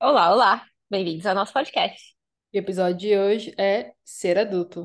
Olá, olá. Bem-vindos ao nosso podcast. O episódio de hoje é ser adulto.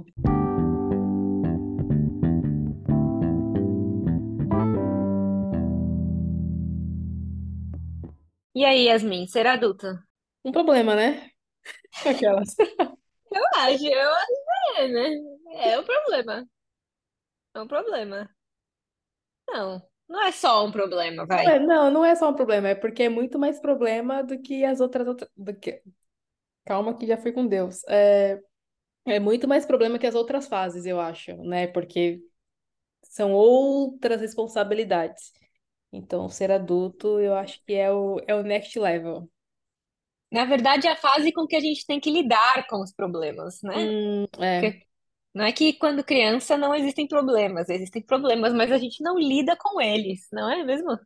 E aí, Yasmin, ser adulta? Um problema, né? Aquelas. Eu acho né? É um problema. É um problema. Não, não é só um problema, vai. Não é só um problema, é porque é muito mais problema do que as do que... Calma que já fui com Deus. É muito mais problema que as outras fases, eu acho, né? Porque são outras responsabilidades. Então, ser adulto, eu acho que é o next level. Na verdade, é a fase com que a gente tem que lidar com os problemas, né? É. Porque não é que quando criança não existem problemas, mas a gente não lida com eles, não é mesmo?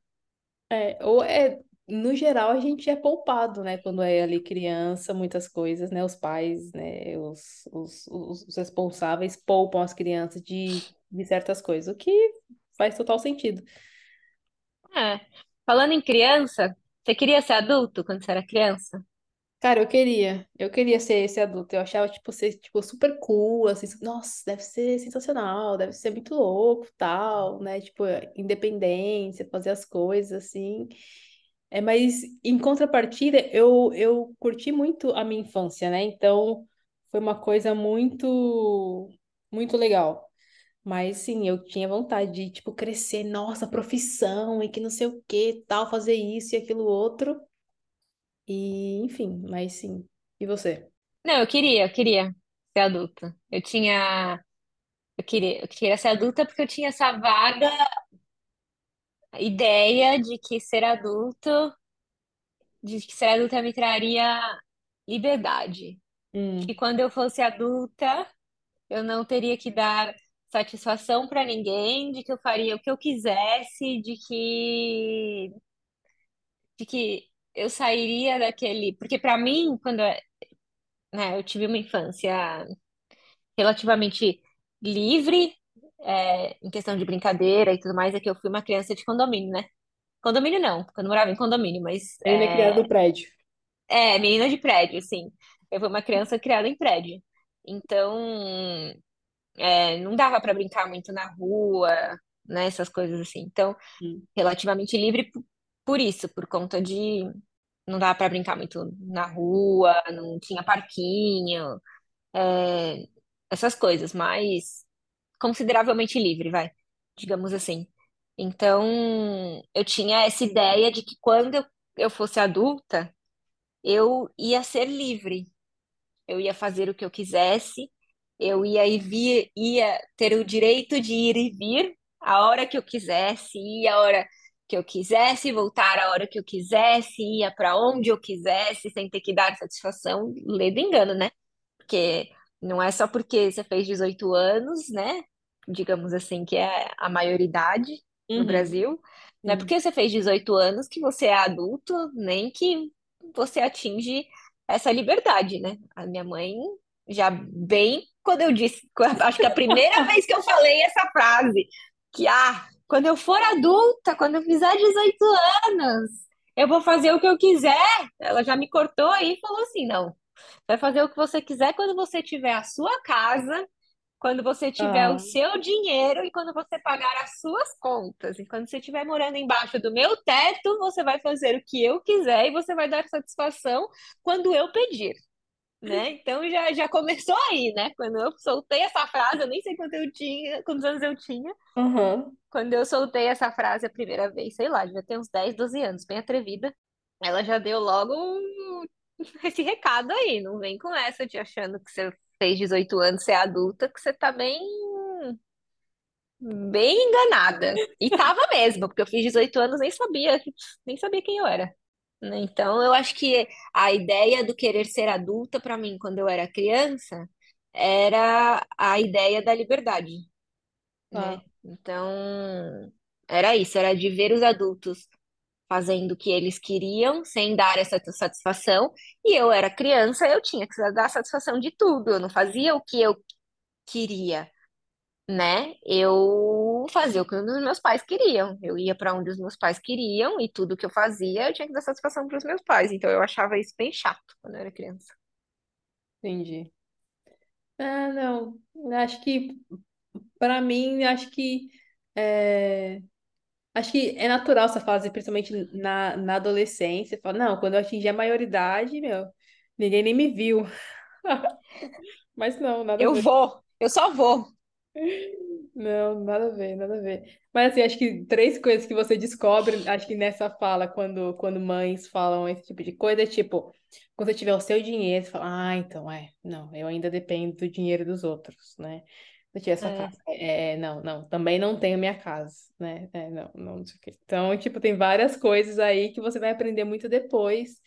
No geral, a gente é poupado, né? Quando é ali criança, muitas coisas, né? Os pais, né? Os responsáveis poupam as crianças de certas coisas, o que faz total sentido. É. Falando em criança, você queria ser adulto quando você era criança? Cara, eu queria ser esse adulto. Eu achava, tipo, ser, tipo, super cool, assim, nossa, deve ser sensacional, deve ser muito louco, tal, né? Tipo, independência, fazer as coisas, assim. Mas em contrapartida, eu curti muito a minha infância, né? Então, foi uma coisa muito legal. Mas sim, eu tinha vontade de, tipo, crescer, nossa, profissão e que não sei o que, tal, fazer isso e aquilo outro. E, enfim, mas sim. E você? Não, eu queria ser adulta. Eu queria ser adulta porque eu tinha essa vaga ideia de que ser adulta me traria liberdade. Que Hum, quando eu fosse adulta, eu não teria que dar satisfação para ninguém, de que eu faria o que eu quisesse, de que eu sairia daquele, porque para mim, né, eu tive uma infância relativamente livre, em questão de brincadeira e tudo mais, é que eu fui uma criança de condomínio, né? Condomínio não, porque eu não morava em condomínio, mas ele é criado do prédio. menina de prédio, assim. Eu fui uma criança criada em prédio. Então, não dava para brincar muito na rua, né? Essas coisas assim. Então, Hum, relativamente livre por isso, por conta de não dava para brincar muito na rua, não tinha parquinho, é, essas coisas, mas consideravelmente livre, vai, digamos assim. Então, eu tinha essa ideia de que quando eu fosse adulta, eu ia ser livre, eu ia fazer o que eu quisesse, eu ia ter o direito de ir e vir a hora que eu quisesse, ir a hora que eu quisesse, voltar a hora que eu quisesse, ia para onde eu quisesse, sem ter que dar satisfação, lê do engano, né? Porque não é só porque você fez 18 anos, né? Digamos assim, que é a maioridade no uhum, Brasil. Não é sim. porque você fez 18 anos que você é adulto, nem que você atinge essa liberdade, né? A minha mãe, já bem quando eu disse, acho que a primeira vez que eu falei essa frase, que quando eu for adulta, quando eu fizer 18 anos, eu vou fazer o que eu quiser. Ela já me cortou aí e falou assim: não. Vai fazer o que você quiser quando você tiver a sua casa, quando você tiver o Ah, seu dinheiro e quando você pagar as suas contas. E quando você estiver morando embaixo do meu teto, você vai fazer o que eu quiser e você vai dar satisfação quando eu pedir, né? Então já começou aí, né? Quando eu soltei essa frase, eu nem sei quantos anos eu tinha. aham. Quando eu soltei essa frase a primeira vez, sei lá, devia ter uns 10, 12 anos, bem atrevida. Ela já deu logo esse recado aí. Não vem com essa de achando que você fez 18 anos, você é adulta, que você tá bem enganada. E tava mesmo, porque eu fiz 18 anos, nem sabia quem eu era, né? Então, eu acho que a ideia do querer ser adulta, para mim, quando eu era criança, era a ideia da liberdade, Ah, né? Então, era isso, era de ver os adultos fazendo o que eles queriam, sem dar essa satisfação. E eu era criança, eu tinha que dar satisfação de tudo. Eu não fazia o que eu queria, né? Eu eu fazia o que os meus pais queriam. Eu ia para onde os meus pais queriam e tudo que eu fazia eu tinha que dar satisfação para os meus pais. Então eu achava isso bem chato quando eu era criança. Entendi. Ah, não. Acho que, pra mim, é, acho que é natural essa fase, principalmente na adolescência. Fala, não, quando eu atingir a maioridade, meu, ninguém nem me viu. Mas não, nada a ver. Eu só vou. Não, nada a ver, nada a ver. Mas assim, acho que três coisas que você descobre, acho que nessa fala, quando mães falam esse tipo de coisa, é tipo, quando você tiver o seu dinheiro, você fala, ah, então não, eu ainda dependo do dinheiro dos outros, né? Se eu tiver sua É. casa, não, não, também não tenho minha casa, né? Não, não, não sei o quê. Então, tipo, tem várias coisas aí que você vai aprender muito depois.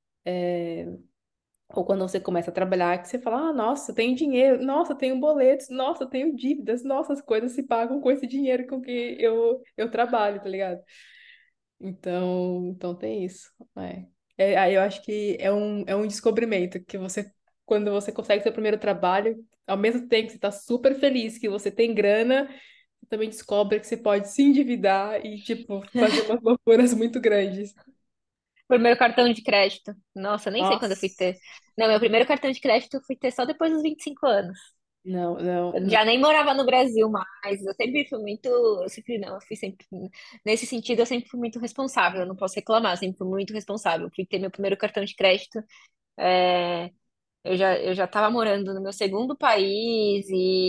Ou quando você começa a trabalhar, que você fala, ah, nossa, eu tenho dinheiro, nossa, eu tenho boletos, nossa, eu tenho dívidas, nossa, as coisas se pagam com esse dinheiro com que eu trabalho, tá ligado? Então tem isso. Aí eu acho que é um descobrimento que você, quando você consegue seu primeiro trabalho, ao mesmo tempo que você tá super feliz que você tem grana, você também descobre que você pode se endividar e, tipo, fazer umas loucuras muito grandes. Primeiro cartão de crédito. Nossa, nem sei quando eu fui Nossa, ter. Não, meu primeiro cartão de crédito eu fui ter só depois dos 25 anos. não, não, Eu não. já nem morava no Brasil mais. Eu sempre fui muito. Eu sempre não, eu fui sempre. Nesse sentido, eu sempre fui muito responsável. Eu não posso reclamar, eu sempre fui muito responsável. Eu fui ter meu primeiro cartão de crédito. é, eu já estava morando no meu segundo país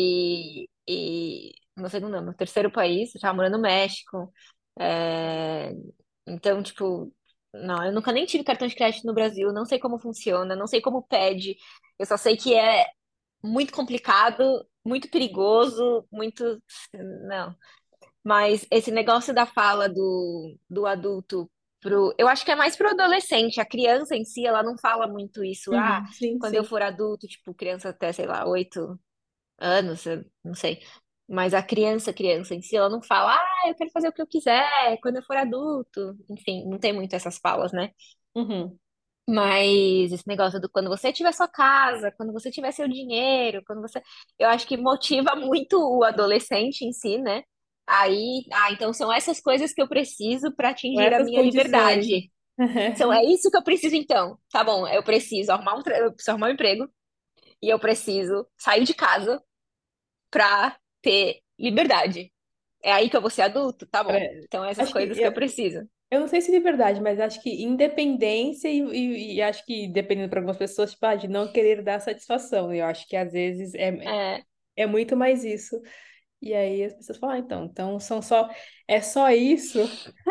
meu segundo, não, meu terceiro país, eu estava morando no México. É, então, tipo, não, eu nunca nem tive cartão de crédito no Brasil, não sei como funciona, não sei como pede. Eu só sei que é muito complicado, muito perigoso, muito. Não. Mas esse negócio da fala do adulto pro. Eu acho que é mais pro adolescente. A criança em si, ela não fala muito isso. Ah, Uhum, sim, quando eu sim. for adulto, tipo, criança até, sei lá, 8 anos, eu não sei. Mas a criança em si, ela não fala, ah, eu quero fazer o que eu quiser quando eu for adulto. Enfim, não tem muito essas falas, né? Uhum. Mas esse negócio do quando você tiver sua casa, quando você tiver seu dinheiro, quando você. Eu acho que motiva muito o adolescente em si, né? Aí, então são essas coisas que eu preciso para Com atingir a essas minha condições. liberdade. É isso que eu preciso então. Tá bom, eu preciso eu preciso arrumar um emprego e eu preciso sair de casa pra ter liberdade. É aí que eu vou ser adulto? Tá bom. É, Então essas acho que coisas que eu preciso. eu não sei se de verdade, mas acho que independência e acho que dependendo para algumas pessoas, tipo, de não querer dar satisfação. Eu acho que às vezes É, é muito mais isso. E aí as pessoas falam, então é só isso.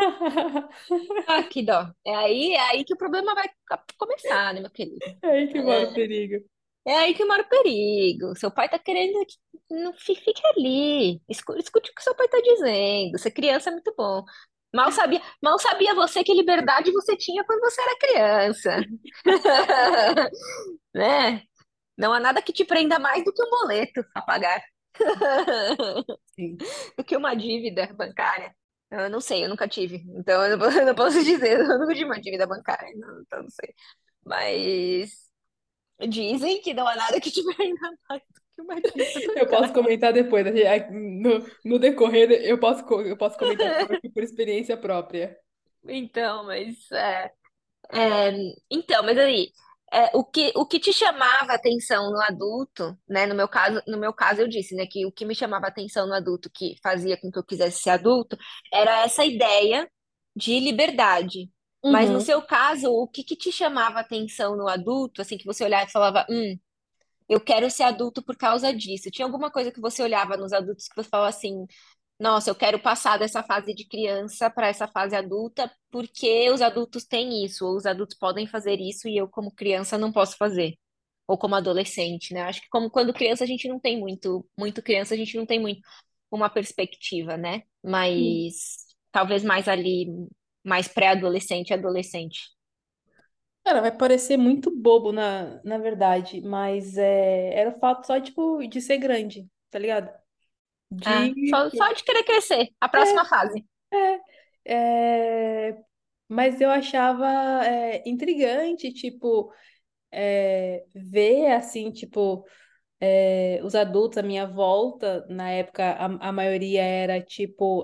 que dó. É aí que o problema vai começar, né, meu querido? É aí que mora o É, perigo. é aí que mora o perigo. Seu pai tá querendo que não fique ali. Escute o que seu pai tá dizendo. Ser criança é muito bom. Mal sabia você que liberdade você tinha quando você era criança. Né? Não há nada que te prenda mais do que um boleto a pagar, Sim. do que uma dívida bancária. Eu não sei, eu nunca tive. Então eu não posso dizer, eu nunca tive uma dívida bancária, então não sei. Mas dizem que não há nada que te prenda mais do que uma dívida Eu posso bancária. comentar depois. No decorrer, eu posso comentar por experiência própria. Então, mas aí, o que te chamava atenção no adulto, né? No meu caso eu disse, né, que o que me chamava atenção no adulto, que fazia com que eu quisesse ser adulto, era essa ideia de liberdade. Mas no Uhum. seu caso, o que te chamava atenção no adulto, assim, que você olhava e falava, eu quero ser adulto por causa disso. Tinha alguma coisa que você olhava nos adultos que você falava assim, nossa, eu quero passar dessa fase de criança para essa fase adulta, porque os adultos têm isso, ou os adultos podem fazer isso e eu, como criança, não posso fazer. Ou como adolescente, né? Acho que como quando criança a gente não tem muito criança, a gente não tem muito uma perspectiva, né? Mas talvez mais ali, mais pré-adolescente, adolescente. Cara, vai parecer muito bobo na verdade, mas era o fato só, tipo, de ser grande, tá ligado? Ah, De. só de querer crescer. A próxima fase. Mas eu achava intrigante, tipo, ver assim, tipo. Os adultos à minha volta, na época, a maioria era tipo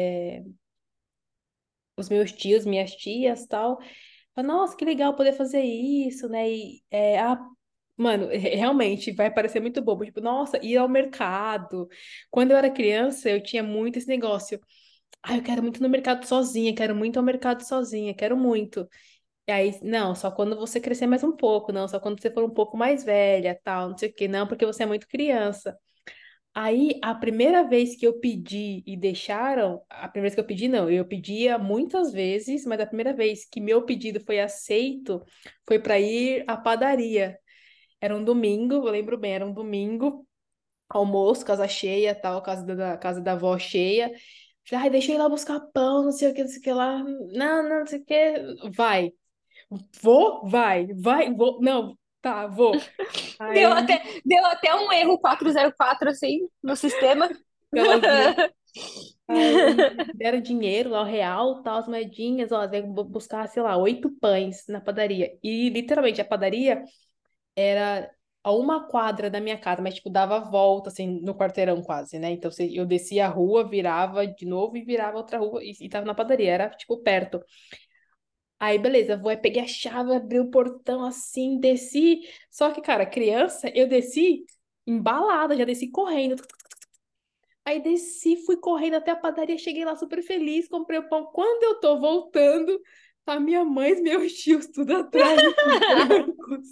os meus tios, minhas tias, tal. Nossa, que legal poder fazer isso, né? Mano, realmente vai parecer muito bobo. Tipo, nossa, ir ao mercado. Quando eu era criança, eu tinha muito esse negócio. Eu quero muito ir no mercado sozinha, quero muito ir ao mercado sozinha, quero muito. E aí, não, só quando você crescer mais um pouco, não, só quando você for um pouco mais velha, tal, não sei o quê, não, porque você é muito criança. Aí, a primeira vez que eu pedi e deixaram, a primeira vez que eu pedi, não, eu pedia muitas vezes, mas a primeira vez que meu pedido foi aceito foi para ir à padaria. Era um domingo, eu lembro bem, era um domingo, almoço, casa cheia, tal, casa da avó cheia. Falei, ai, deixa eu ir lá buscar pão, não sei o que, não sei o que lá. Não, não, não sei o que. Vai. Vou? Vai, vou. Não, tá, vou. Deu Aí, até, deu até um erro 404 assim no sistema. peladinha. Aí deram dinheiro lá, o real, tal, as moedinhas, ó, vai buscar, sei lá, 8 pães na padaria. E literalmente a padaria era a uma quadra da minha casa, mas tipo, dava a volta, assim, no quarteirão quase, né? Então eu descia a rua, virava de novo e virava outra rua e tava na padaria, era tipo perto. Aí, beleza, vou, aí peguei a chave, abri o portão assim, desci. Só que, cara, criança, eu desci embalada, já desci correndo. Aí desci, fui correndo até a padaria, cheguei lá super feliz, comprei o pão. Quando eu tô voltando, a minha mãe e meus tios tudo atrás, assim, brancos.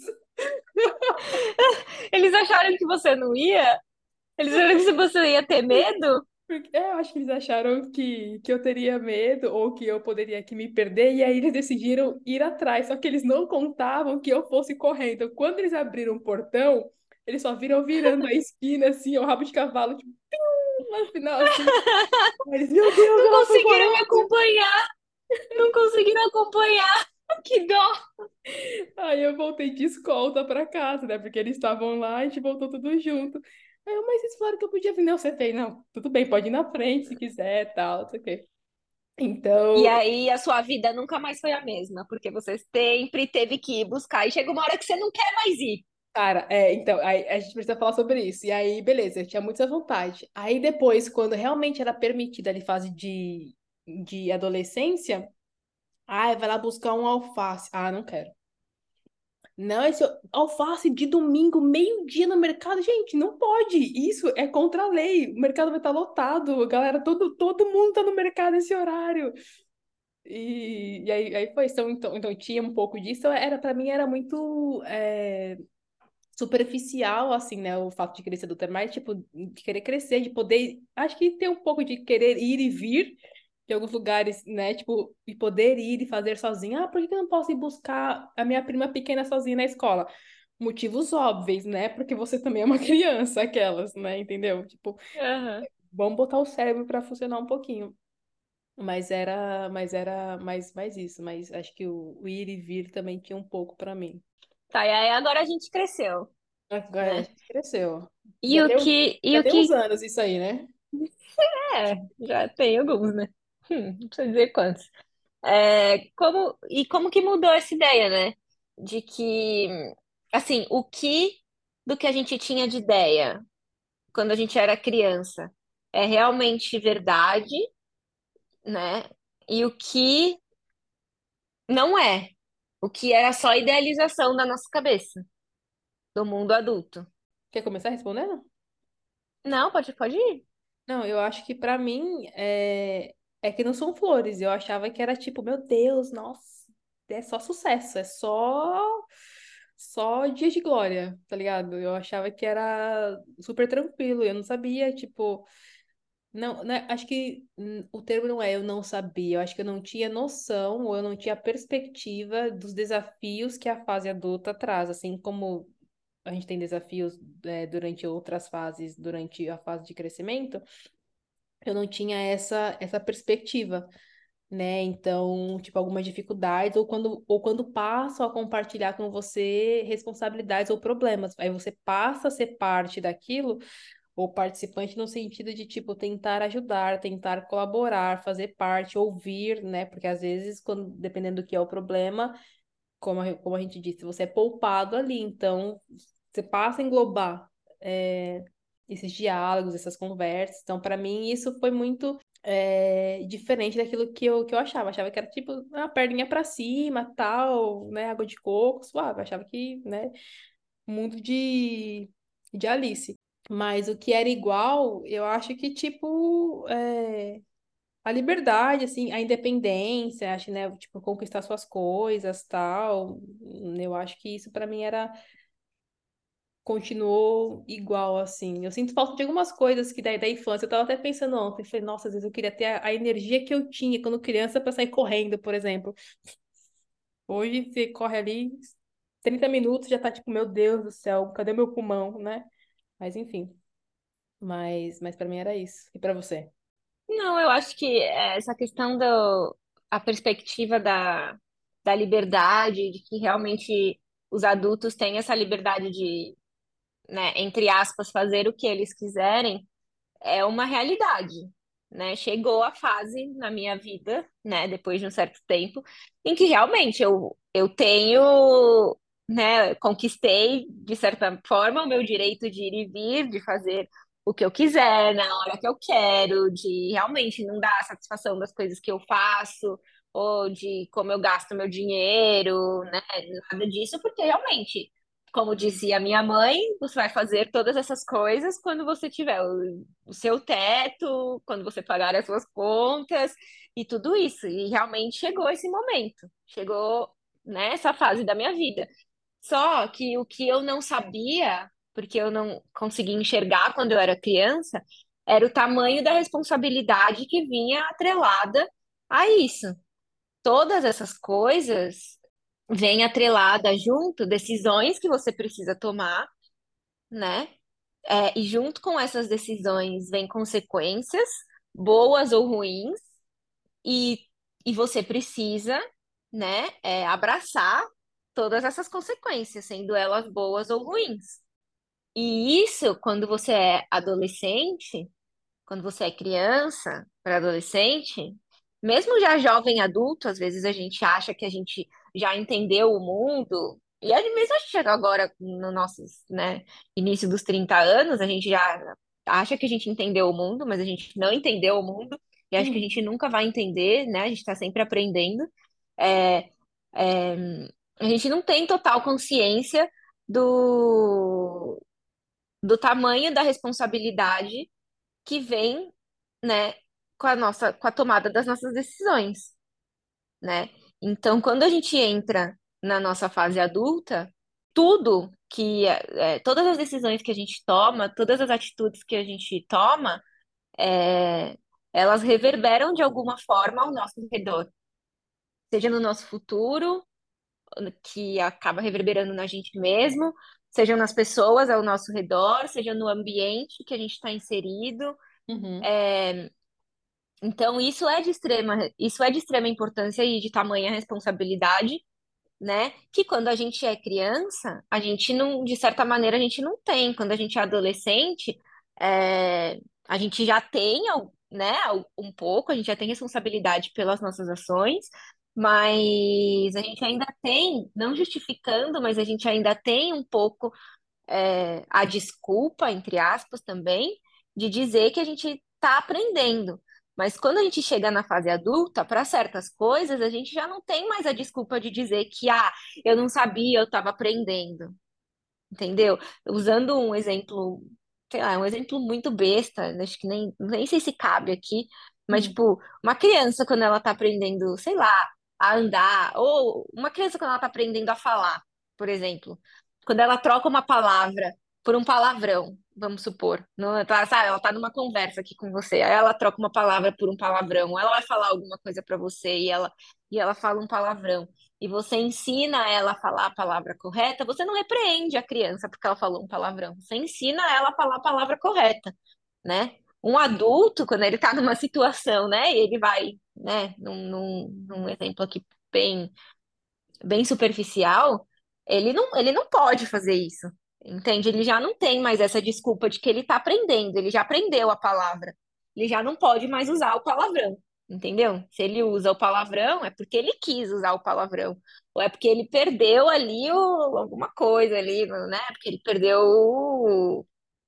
Eles acharam que você não ia? Eles acharam que você ia ter medo? Eu acho que eles acharam que eu teria medo ou que eu poderia que me perder, e aí eles decidiram ir atrás, só que eles não contavam que eu fosse correndo. Então, quando eles abriram o portão, eles só viram virando a esquina, assim, o rabo de cavalo, tipo, lá no final, assim. Aí eles, meu Deus, Não ela foi conseguiram me correndo. acompanhar, não conseguiram acompanhar. Que dó! Aí eu voltei de escolta pra casa, né? Porque eles estavam lá, a gente voltou tudo junto. Aí eu, mas eles falaram que eu podia vir. Não, você fez, não. Tudo bem, pode ir na frente se quiser, tal, não sei o quê. E Então, aí a sua vida nunca mais foi a mesma, porque você sempre teve que ir buscar e chega uma hora que você não quer mais ir. cara, então, aí a gente precisa falar sobre isso. E aí, beleza, eu tinha muita vontade. Aí depois, quando realmente era permitida ali fase de adolescência, vai lá buscar um alface. Ah, não quero. Não, esse alface de domingo, meio-dia no mercado, gente, não pode. Isso é contra a lei. O mercado vai estar lotado, galera, todo mundo tá no mercado nesse horário. E aí foi, então tinha um pouco disso. Era para mim era muito superficial, assim, né? O fato de querer ser adulta, é mais tipo de querer crescer, de poder, acho que tem um pouco de querer ir e vir de alguns lugares, né? Tipo, e poder ir e fazer sozinha. Por que que eu não posso ir buscar a minha prima pequena sozinha na escola? Motivos óbvios, né? Porque você também é uma criança, aquelas, né? Entendeu? Tipo, Aham. vamos botar o cérebro para funcionar um pouquinho. Mas era mais isso. Mas acho que o ir e vir também tinha um pouco para mim. Tá, e aí agora a gente cresceu, Agora a né? gente cresceu. E o que, e Já o tem que, uns anos isso aí, né? já tem alguns, né? Não precisa dizer quantos. Como que mudou essa ideia, né? De que, assim, do que a gente tinha de ideia quando a gente era criança é realmente verdade, né? E o que não é. O que era só idealização da nossa cabeça, do mundo adulto. Quer começar respondendo? Não, pode ir. Não, eu acho que pra mim é que não são flores. Eu achava que era tipo, meu Deus, nossa, é só sucesso, é só dias de glória, tá ligado? Eu achava que era super tranquilo. Eu não sabia, tipo, não, né, acho que o termo não é eu não sabia. Eu acho que eu não tinha noção ou eu não tinha perspectiva dos desafios que a fase adulta traz, assim como a gente tem desafios durante outras fases, durante a fase de crescimento, eu não tinha essa perspectiva, né? Então, tipo, algumas dificuldades, ou quando passo a compartilhar com você responsabilidades ou problemas. Aí você passa a ser parte daquilo, ou participante no sentido de, tipo, tentar ajudar, tentar colaborar, fazer parte, ouvir, né? Porque às vezes, dependendo do que é o problema, como a gente disse, você é poupado ali, então você passa a englobar. esses diálogos, essas conversas. Então, para mim, isso foi muito diferente daquilo que eu achava. Achava que era tipo uma perninha para cima, tal, né? Água de coco, suave. Achava que, né? Mundo de Alice. Mas o que era igual, eu acho que, tipo, a liberdade, assim, a independência, acho, né? Tipo, conquistar suas coisas, tal. Eu acho que isso para mim continuou igual, assim. Eu sinto falta de algumas coisas que da infância. Eu tava até pensando ontem, falei, nossa, às vezes eu queria ter a energia que eu tinha quando criança pra sair correndo, por exemplo. Hoje você corre ali 30 minutos, já tá tipo, meu Deus do céu, cadê meu pulmão, né? Mas enfim, mas para mim era isso. E pra você? Não, eu acho que essa questão a perspectiva da liberdade, de que realmente os adultos têm essa liberdade de, né, entre aspas, fazer o que eles quiserem, é uma realidade, né? Chegou a fase na minha vida, né, depois de um certo tempo, em que realmente eu tenho, né, conquistei de certa forma o meu direito de ir e vir, de fazer o que eu quiser, na hora que eu quero, de realmente não dar satisfação das coisas que eu faço, ou de como eu gasto meu dinheiro, né? Nada disso, porque realmente, como disse a minha mãe, você vai fazer todas essas coisas quando você tiver o seu teto, quando você pagar as suas contas e tudo isso. E realmente chegou esse momento, chegou nessa fase da minha vida. Só que o que eu não sabia, porque eu não conseguia enxergar quando eu era criança, era o tamanho da responsabilidade que vinha atrelada a isso. Todas essas coisas vêm atreladas junto, decisões que você precisa tomar, né? E junto com essas decisões vem consequências, boas ou ruins, e, e você precisa, né, abraçar todas essas consequências, sendo elas boas ou ruins. E isso, quando você é adolescente, quando você é criança para adolescente, mesmo já jovem adulto, às vezes a gente acha que a gente já entendeu o mundo, e aí mesmo a gente chega agora no nosso, né, início dos 30 anos, a gente já acha que a gente entendeu o mundo, mas a gente não entendeu o mundo, e acho que a gente nunca vai entender, né? A gente está sempre aprendendo. É, é, a gente não tem total consciência do, do tamanho da responsabilidade que vem, né, com a tomada das nossas decisões, né? Então, quando a gente entra na nossa fase adulta, todas as decisões que a gente toma, todas as atitudes que a gente toma, é, elas reverberam de alguma forma ao nosso redor, seja no nosso futuro, que acaba reverberando na gente mesmo, seja nas pessoas ao nosso redor, seja no ambiente que a gente está inserido. Uhum, Então, isso é de extrema importância e de tamanha responsabilidade, né? Que quando a gente é criança, a gente não, de certa maneira, a gente não tem. Quando a gente é adolescente, é, a gente já tem, né, um pouco, a gente já tem responsabilidade pelas nossas ações, mas a gente ainda tem, não justificando, mas a gente ainda tem um pouco a desculpa, entre aspas, também, de dizer que a gente está aprendendo. Mas quando a gente chega na fase adulta, para certas coisas, a gente já não tem mais a desculpa de dizer que, eu não sabia, eu estava aprendendo, entendeu? Usando um exemplo, sei lá, um exemplo muito besta, acho que nem sei se cabe aqui, mas, uhum, tipo, uma criança, quando ela está aprendendo, sei lá, a andar, ou uma criança, quando ela está aprendendo a falar, por exemplo, quando ela troca uma palavra por um palavrão, vamos supor, não, sabe, ela tá numa conversa aqui com você, aí ela troca uma palavra por um palavrão, ela vai falar alguma coisa para você e ela fala um palavrão e você ensina ela a falar a palavra correta, você não repreende a criança porque ela falou um palavrão. Você ensina ela a falar a palavra correta, né? Um adulto, quando ele está numa situação, né, e ele vai, né, num exemplo aqui bem, bem superficial, ele não pode fazer isso, entende? Ele já não tem mais essa desculpa de que ele está aprendendo, ele já aprendeu a palavra, ele já não pode mais usar o palavrão, entendeu? Se ele usa o palavrão, é porque ele quis usar o palavrão, ou é porque ele perdeu ali alguma coisa ali, né? Porque ele perdeu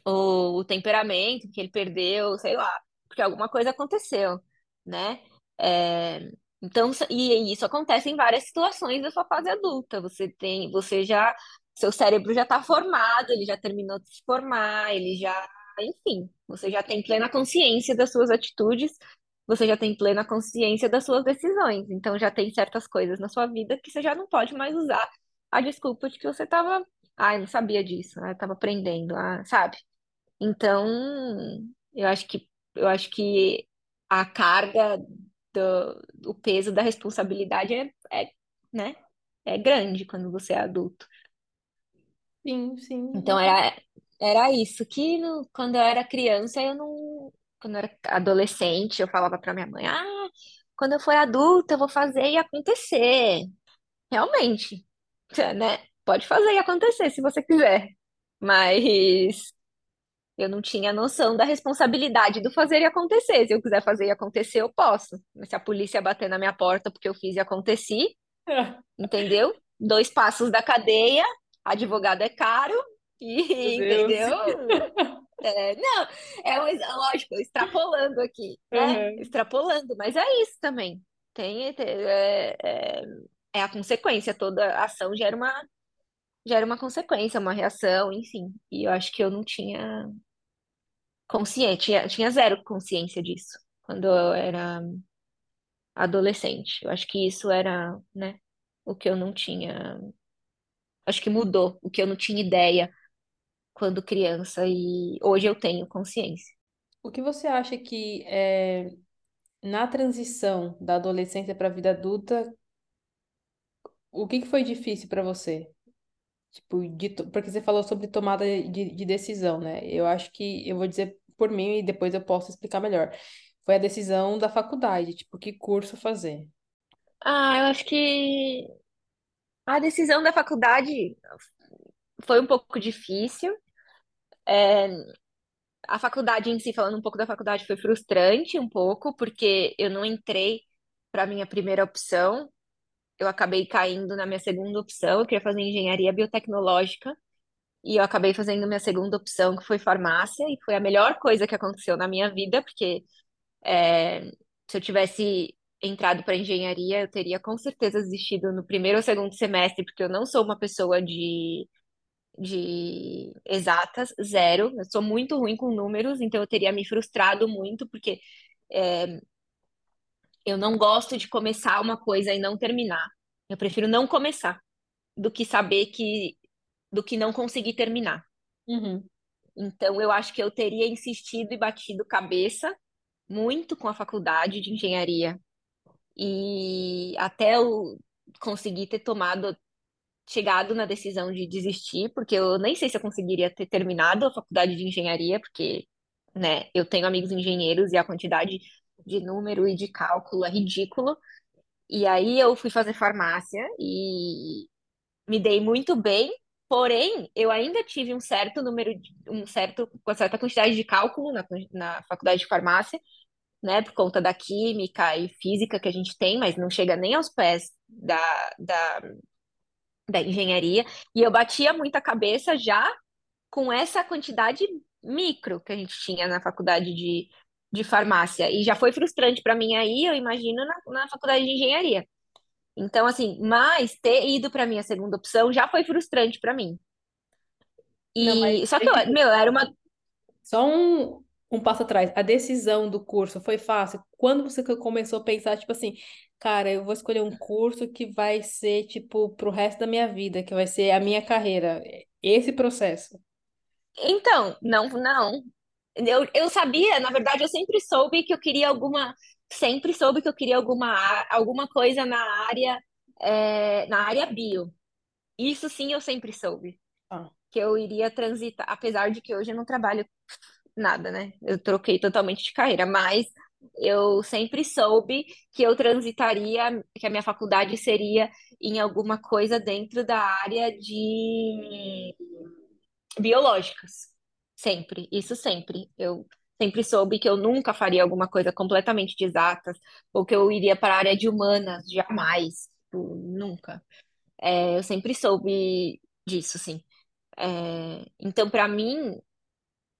ou o temperamento que ele perdeu, sei lá, porque alguma coisa aconteceu, né? É, então, e isso acontece em várias situações da sua fase adulta. Você já, seu cérebro já está formado, ele já terminou de se formar, ele já, enfim, você já tem plena consciência das suas atitudes, você já tem plena consciência das suas decisões. Então, já tem certas coisas na sua vida que você já não pode mais usar a desculpa de que você estava, ah, eu não sabia disso, eu estava aprendendo, ah, sabe? Então, eu acho que a carga o peso da responsabilidade né, é grande quando você é adulto. Sim, Então sim. era isso que quando eu era criança, eu não, quando eu era adolescente, eu falava para minha mãe, ah, quando eu for adulta, eu vou fazer e acontecer. Realmente, né? Pode fazer e acontecer se você quiser. Mas eu não tinha noção da responsabilidade do fazer e acontecer. Se eu quiser fazer e acontecer, eu posso. Mas se a polícia bater na minha porta porque eu fiz e aconteci, entendeu? Dois passos da cadeia, advogado é caro, Meu e, Deus. entendeu? Não, lógico, extrapolando aqui, né? Uhum. Extrapolando, mas é isso também. É a consequência, toda ação gera uma consequência, uma reação, enfim. E eu acho que eu não tinha consciente, tinha zero consciência disso quando eu era adolescente. Eu acho que isso era, né, o que eu não tinha. Acho que mudou, o que eu não tinha ideia quando criança e hoje eu tenho consciência. O que você acha que na transição da adolescência para a vida adulta, o que foi difícil para você? Tipo, porque você falou sobre tomada de decisão, né? Eu acho que eu vou dizer por mim e depois eu posso explicar melhor. Foi a decisão da faculdade, tipo, que curso fazer. Ah, eu acho que a decisão da faculdade foi um pouco difícil. É, a faculdade em si, falando um pouco da faculdade, foi frustrante um pouco, porque eu não entrei para minha primeira opção. Eu acabei caindo na minha segunda opção. Eu queria fazer engenharia biotecnológica e eu acabei fazendo minha segunda opção, que foi farmácia, e foi a melhor coisa que aconteceu na minha vida, porque é, se eu tivesse entrado para engenharia, eu teria com certeza desistido no primeiro ou segundo semestre, porque eu não sou uma pessoa de exatas, zero. Eu sou muito ruim com números, então eu teria me frustrado muito, porque é, eu não gosto de começar uma coisa e não terminar. Eu prefiro não começar do que saber do que não conseguir terminar. Uhum. Então, eu acho que eu teria insistido e batido cabeça muito com a faculdade de engenharia e até eu conseguir ter chegado na decisão de desistir, porque eu nem sei se eu conseguiria ter terminado a faculdade de engenharia, porque, né, eu tenho amigos engenheiros e a quantidade de número e de cálculo é ridículo. E aí eu fui fazer farmácia e me dei muito bem, porém, eu ainda tive uma certa quantidade de cálculo na faculdade de farmácia, né, por conta da química e física que a gente tem, mas não chega nem aos pés da engenharia, e eu batia muita cabeça já com essa quantidade micro que a gente tinha na faculdade de farmácia, e já foi frustrante para mim aí, eu imagino, na faculdade de engenharia. Então, assim, mas ter ido para minha segunda opção já foi frustrante para mim. Não, mas E só que, deixa eu- meu, era uma. só um passo atrás. A decisão do curso foi fácil? Quando você começou a pensar, tipo assim, cara, eu vou escolher um curso que vai ser, tipo, pro resto da minha vida, que vai ser a minha carreira. Esse processo. Então, não, não. Eu sabia, na verdade, eu sempre soube que eu queria sempre soube que eu queria alguma coisa na área bio. Isso sim eu sempre soube, Ah. que eu iria transitar, apesar de que hoje eu não trabalho nada, né? Eu troquei totalmente de carreira, mas eu sempre soube que eu transitaria, que a minha faculdade seria em alguma coisa dentro da área de biológicas. Sempre, isso sempre. Eu sempre soube que eu nunca faria alguma coisa completamente de exatas, ou que eu iria para a área de humanas, jamais. Tipo, nunca. Eu sempre soube disso, sim. Então, para mim,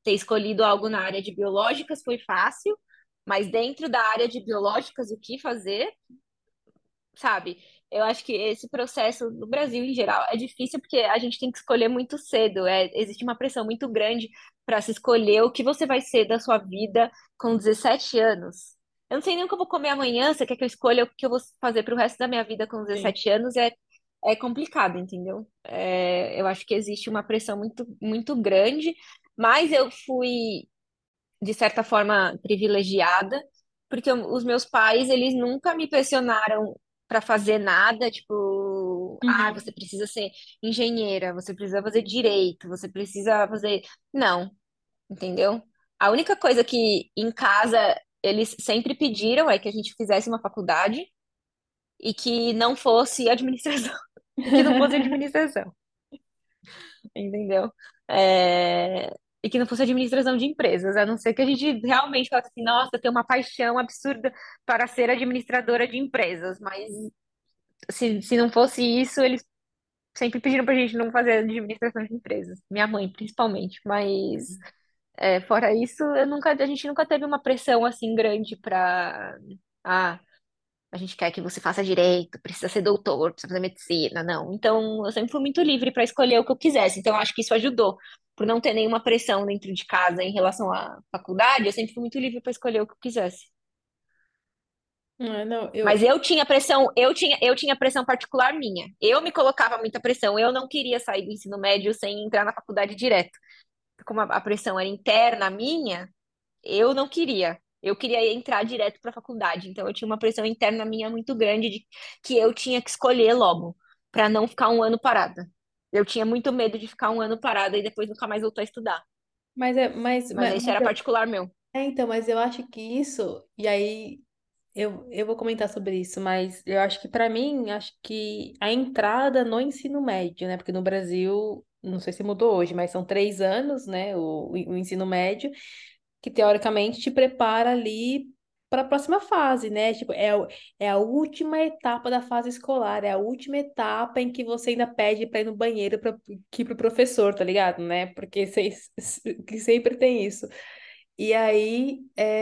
ter escolhido algo na área de biológicas foi fácil, mas dentro da área de biológicas, o que fazer, sabe? Eu acho que esse processo no Brasil em geral é difícil porque a gente tem que escolher muito cedo. Existe uma pressão muito grande para se escolher o que você vai ser da sua vida com 17 anos. Eu não sei nem o que eu vou comer amanhã, você quer que eu escolha o que eu vou fazer pro resto da minha vida com Sim. 17 anos? É complicado, entendeu? Eu acho que existe uma pressão muito, muito grande, mas eu fui de certa forma, privilegiada, porque os meus pais, eles nunca me pressionaram para fazer nada, tipo, ah, Uhum. você precisa ser engenheira, você precisa fazer direito, você precisa fazer. Não, entendeu? A única coisa que em casa eles sempre pediram é que a gente fizesse uma faculdade e que não fosse administração, e que não fosse administração, entendeu? É, E que não fosse administração de empresas, a não ser que a gente realmente falasse assim, nossa, eu tenho uma paixão absurda para ser administradora de empresas, mas se não fosse isso, eles sempre pediram pra gente não fazer administração de empresas, minha mãe principalmente, mas fora isso, a gente nunca teve uma pressão assim grande para ah, a gente quer que você faça direito, precisa ser doutor, precisa fazer medicina, não. Então, eu sempre fui muito livre para escolher o que eu quisesse. Então, eu acho que isso ajudou. Por não ter nenhuma pressão dentro de casa em relação à faculdade, eu sempre fui muito livre para escolher o que eu quisesse. Não, Mas eu tinha pressão, eu tinha pressão particular minha. Eu me colocava muita pressão. Eu não queria sair do ensino médio sem entrar na faculdade direto. Como a pressão era interna minha, eu não queria. Eu queria entrar direto para a faculdade. Então eu tinha uma pressão interna minha muito grande de que eu tinha que escolher logo, para não ficar um ano parada. Eu tinha muito medo de ficar um ano parada e depois nunca mais voltar a estudar. mas é, mas, Mas mas, isso mas era particular meu. então, mas eu acho que isso, e aí eu vou comentar sobre isso, mas eu acho que para mim, acho que a entrada no ensino médio, né? Porque no Brasil, não sei se mudou hoje, mas são 3 anos, né? O ensino médio, que teoricamente te prepara ali para a próxima fase, né? Tipo, é a última etapa da fase escolar, é a última etapa em que você ainda pede para ir no banheiro para ir pro professor, tá ligado, né? Porque que sempre tem isso. E aí,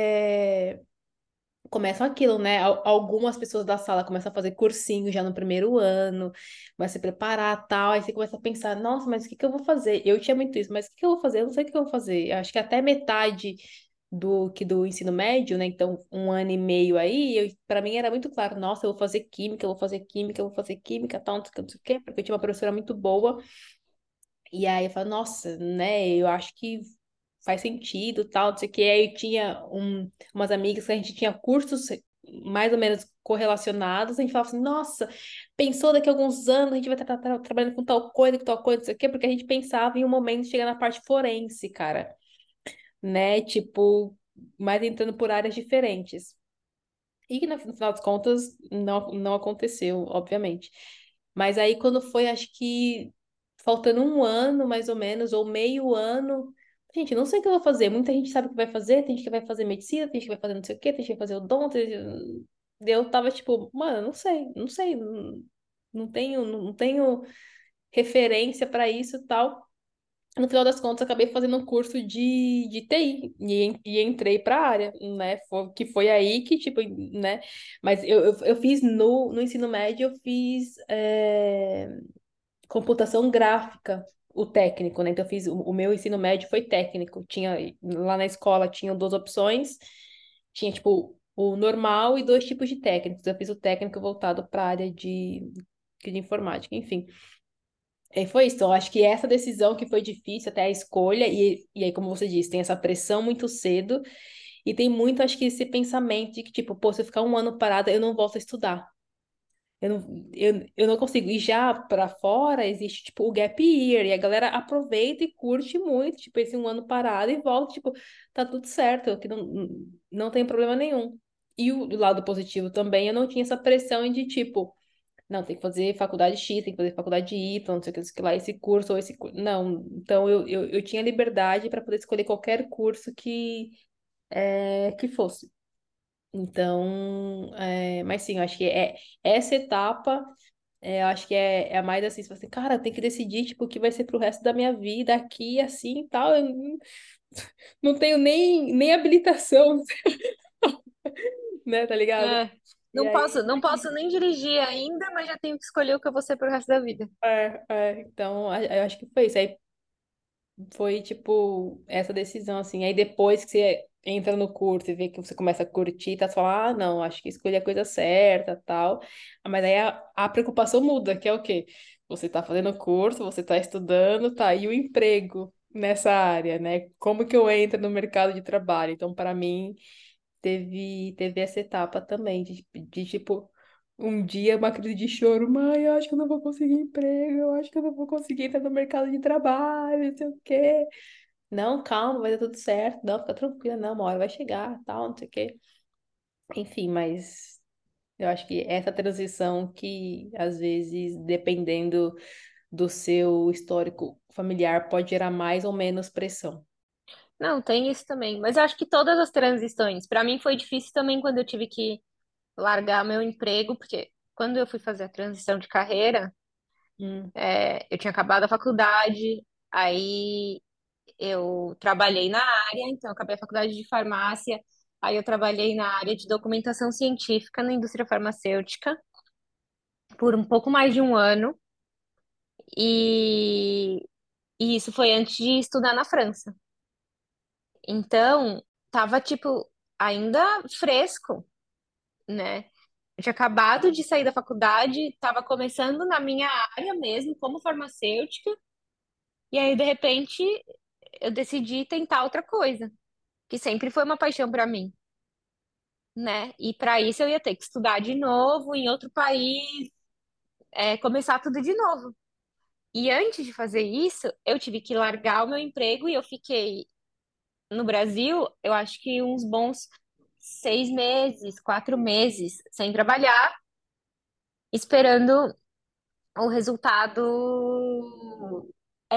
começam aquilo, né? Algumas pessoas da sala começam a fazer cursinho já no primeiro ano, vai se preparar, tal, aí você começa a pensar, nossa, mas o que que eu vou fazer? Eu tinha muito isso, mas o que que eu vou fazer? Eu não sei o que eu vou fazer. Eu acho que até metade do ensino médio, né? Então, 1 ano e meio aí, para mim era muito claro, nossa, eu vou fazer química, eu vou fazer química, eu vou fazer química, tal, não sei o que, não sei o quê, porque eu tinha uma professora muito boa. E aí eu falo, nossa, né? Eu acho que faz sentido, tal, não sei o que. Aí eu tinha umas amigas que a gente tinha cursos mais ou menos correlacionados. A gente falava assim, nossa, pensou daqui a alguns anos a gente vai estar trabalhando com tal coisa, não sei o quê, porque a gente pensava em um momento de chegar na parte forense, cara, né? Tipo, mas entrando por áreas diferentes. E que no final das contas não aconteceu, obviamente. Mas aí quando foi, acho que faltando 1 ano, mais ou menos, ou meio ano, gente, não sei o que eu vou fazer. Muita gente sabe o que vai fazer, tem gente que vai fazer medicina, tem gente que vai fazer não sei o quê, tem gente que vai fazer odonto. Eu tava tipo, mano, não sei, não tenho referência para isso e tal. No final das contas, acabei fazendo um curso de TI e entrei para a área, né? Que foi aí que, tipo, né? Mas eu fiz no ensino médio, eu fiz computação gráfica, o técnico, né? Então, eu fiz o meu ensino médio foi técnico. Tinha, lá na escola, tinha 2 opções. Tinha, tipo, o normal e 2 tipos de técnicos. Eu fiz o técnico voltado para a área de informática, enfim. Foi isso. Eu acho que essa decisão que foi difícil, até a escolha, e aí, como você disse, tem essa pressão muito cedo, e tem muito, acho que, esse pensamento de que, tipo, pô, se eu ficar 1 ano parada, eu não volto a estudar. Eu não consigo. E já pra fora existe, tipo, o gap year, e a galera aproveita e curte muito, tipo, esse 1 ano parado e volta, tipo, tá tudo certo, que não tem problema nenhum. E o lado positivo também, eu não tinha essa pressão de, tipo, não, tem que fazer faculdade X, tem que fazer faculdade Y, não sei o que, não sei o que lá, esse curso ou esse curso. Não, então eu tinha liberdade para poder escolher qualquer curso que fosse. Então, mas sim, eu acho que essa etapa. Eu acho que é mais assim, se você, cara, tem que decidir, tipo, o que vai ser pro resto da minha vida aqui, assim e tal. Eu não tenho nem habilitação, né, tá ligado? É. E aí, Não posso nem dirigir ainda, mas já tenho que escolher o que eu vou ser pro resto da vida. então, eu acho que foi isso. Aí foi, tipo, essa decisão, assim. Aí depois que você entra no curso e vê que você começa a curtir, tá? Você fala, ah, não, acho que escolhi a coisa certa, tal. Mas aí a preocupação muda, que é o quê? Você tá fazendo o curso, você tá estudando, tá? E o emprego nessa área, né? Como que eu entro no mercado de trabalho? Então, para mim, teve essa etapa também, tipo, um dia uma crise de choro, mãe, eu acho que eu não vou conseguir emprego, eu acho que eu não vou conseguir entrar no mercado de trabalho, não sei o quê. Não, calma, vai dar tudo certo, não, fica tranquila, não, uma hora vai chegar, tal, não sei o quê. Enfim, mas eu acho que essa transição que, às vezes, dependendo do seu histórico familiar, pode gerar mais ou menos pressão. Não, tem isso também. Mas eu acho que todas as transições, pra mim foi difícil também quando eu tive que largar meu emprego, porque quando eu fui fazer a transição de carreira, Hum. eu tinha acabado a faculdade, aí eu trabalhei na área, então eu acabei a faculdade de farmácia, aí eu trabalhei na área de documentação científica na indústria farmacêutica por um pouco mais de um ano, e, e isso foi antes de estudar na França. Então, tava tipo ainda fresco, né? Eu tinha acabado de sair da faculdade, estava começando na minha área mesmo, como farmacêutica, e aí de repente eu decidi tentar outra coisa, que sempre foi uma paixão para mim, né? E para isso eu ia ter que estudar de novo em outro país, começar tudo de novo. E antes de fazer isso, eu tive que largar o meu emprego e eu fiquei no Brasil, eu acho que uns bons 6 meses, 4 meses sem trabalhar, esperando o resultado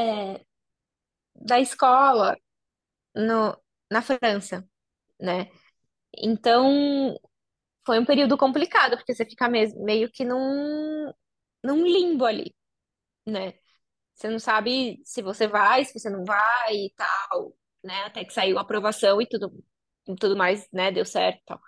da escola no, na França, né? Então, foi um período complicado, porque você fica meio que num limbo ali, né? Você não sabe se você vai, se você não vai e tal, né? Até que saiu a aprovação e tudo mais, né? Deu certo e tal.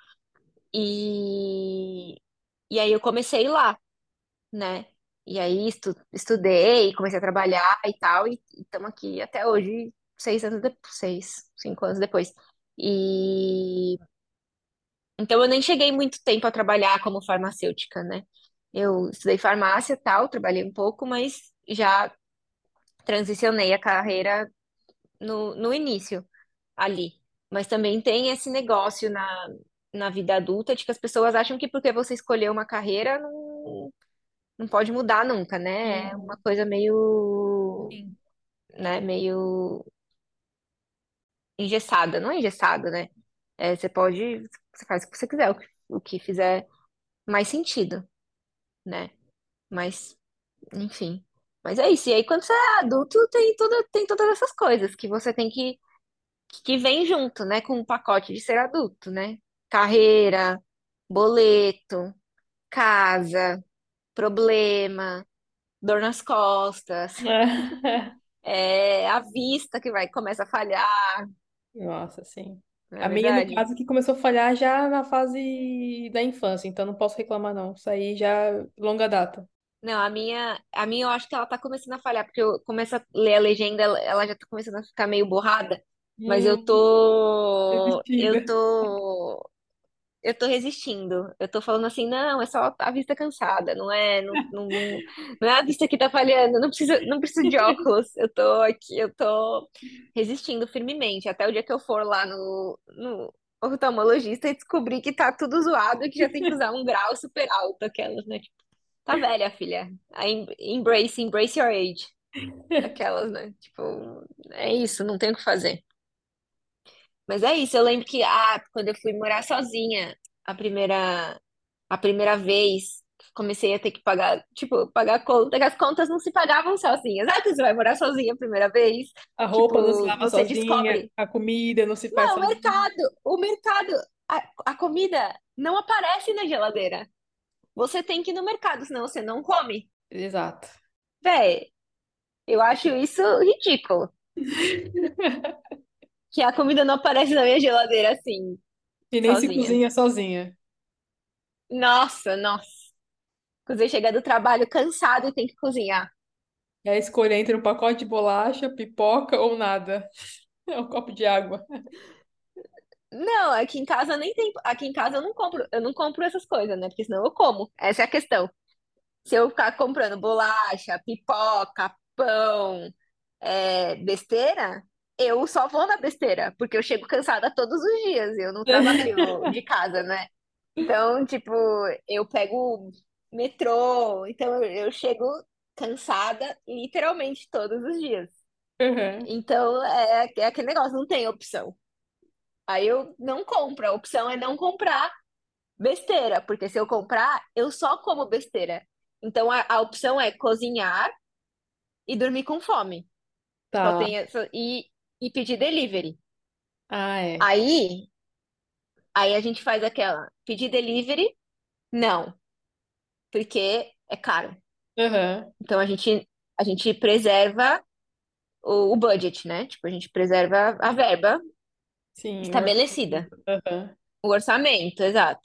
E, e aí eu comecei lá, né? E aí estudei, comecei a trabalhar e tal, e estamos aqui até hoje, 6 anos depois, 5 anos depois. E então eu nem cheguei muito tempo a trabalhar como farmacêutica, né? Eu estudei farmácia e tal, trabalhei um pouco, mas já transicionei a carreira no início ali. Mas também tem esse negócio na vida adulta de que as pessoas acham que porque você escolheu uma carreira não pode mudar nunca, né? É uma Uhum. coisa meio, Sim. né, meio engessada, não é engessada, né? Você faz o que você quiser, o que fizer mais sentido, né? Mas, enfim. Mas é isso. E aí, quando você é adulto, tem todas essas coisas que você tem que vem junto, né? Com o pacote de ser adulto, né? Carreira, boleto, casa, problema, dor nas costas, a vista que vai começa a falhar, Nossa, sim. não é A minha, no verdade? caso, que começou a falhar já na fase da infância, então não posso reclamar, não. Isso aí já é longa data. Não, a minha eu acho que ela tá começando a falhar, porque eu começo a ler a legenda, ela já tá começando a ficar meio borrada, mas Resistir. eu tô resistindo. Eu tô falando assim, não, é só a vista cansada, não é a vista que tá falhando, não preciso de óculos. Eu tô aqui, eu tô resistindo firmemente, até o dia que eu for lá no oftalmologista e descobrir que tá tudo zoado e que já tem que usar um grau super alto, aquelas, né? Tá velha, filha. Embrace your age. Aquelas, né? Tipo, é isso, não tem o que fazer. Mas é isso, eu lembro que quando eu fui morar sozinha, a primeira, a primeira vez, comecei a ter que pagar, tipo, pagar conta, que as contas não se pagavam sozinhas. Ah, você vai morar sozinha a primeira vez, A roupa não se tipo, lava você sozinha, descobre. a comida não se faz Não, sozinha. o mercado, a comida não aparece na geladeira. você tem que ir no mercado, senão você não come. Exato. Véi, eu acho isso ridículo. Que a comida não aparece na minha geladeira assim, E nem se sozinha. cozinha sozinha. Nossa, nossa. Quando você chega do trabalho cansado e tem que cozinhar. É escolher entre um pacote de bolacha, pipoca ou nada. É um copo de água. Não, aqui em casa nem tem. Aqui em casa eu não compro essas coisas, né? Porque senão eu como. Essa é a questão. Se eu ficar comprando bolacha, pipoca, pão, besteira, eu só vou na besteira, porque eu chego cansada todos os dias. Eu não trabalho de casa, né? Então, tipo, eu pego metrô, então eu chego cansada literalmente todos os dias. Uhum. Então, é aquele negócio, não tem opção. Aí eu não compro, a opção é não comprar besteira, porque se eu comprar, eu só como besteira. Então, a opção é cozinhar e dormir com fome. Só Tá. tem e pedir delivery. Ah, é. Aí a gente faz aquela, pedir delivery, não, porque é caro. Uhum. Então a gente preserva o budget, né? Tipo, a gente preserva a verba Sim, o estabelecida, orçamento. Uhum. o orçamento, exato.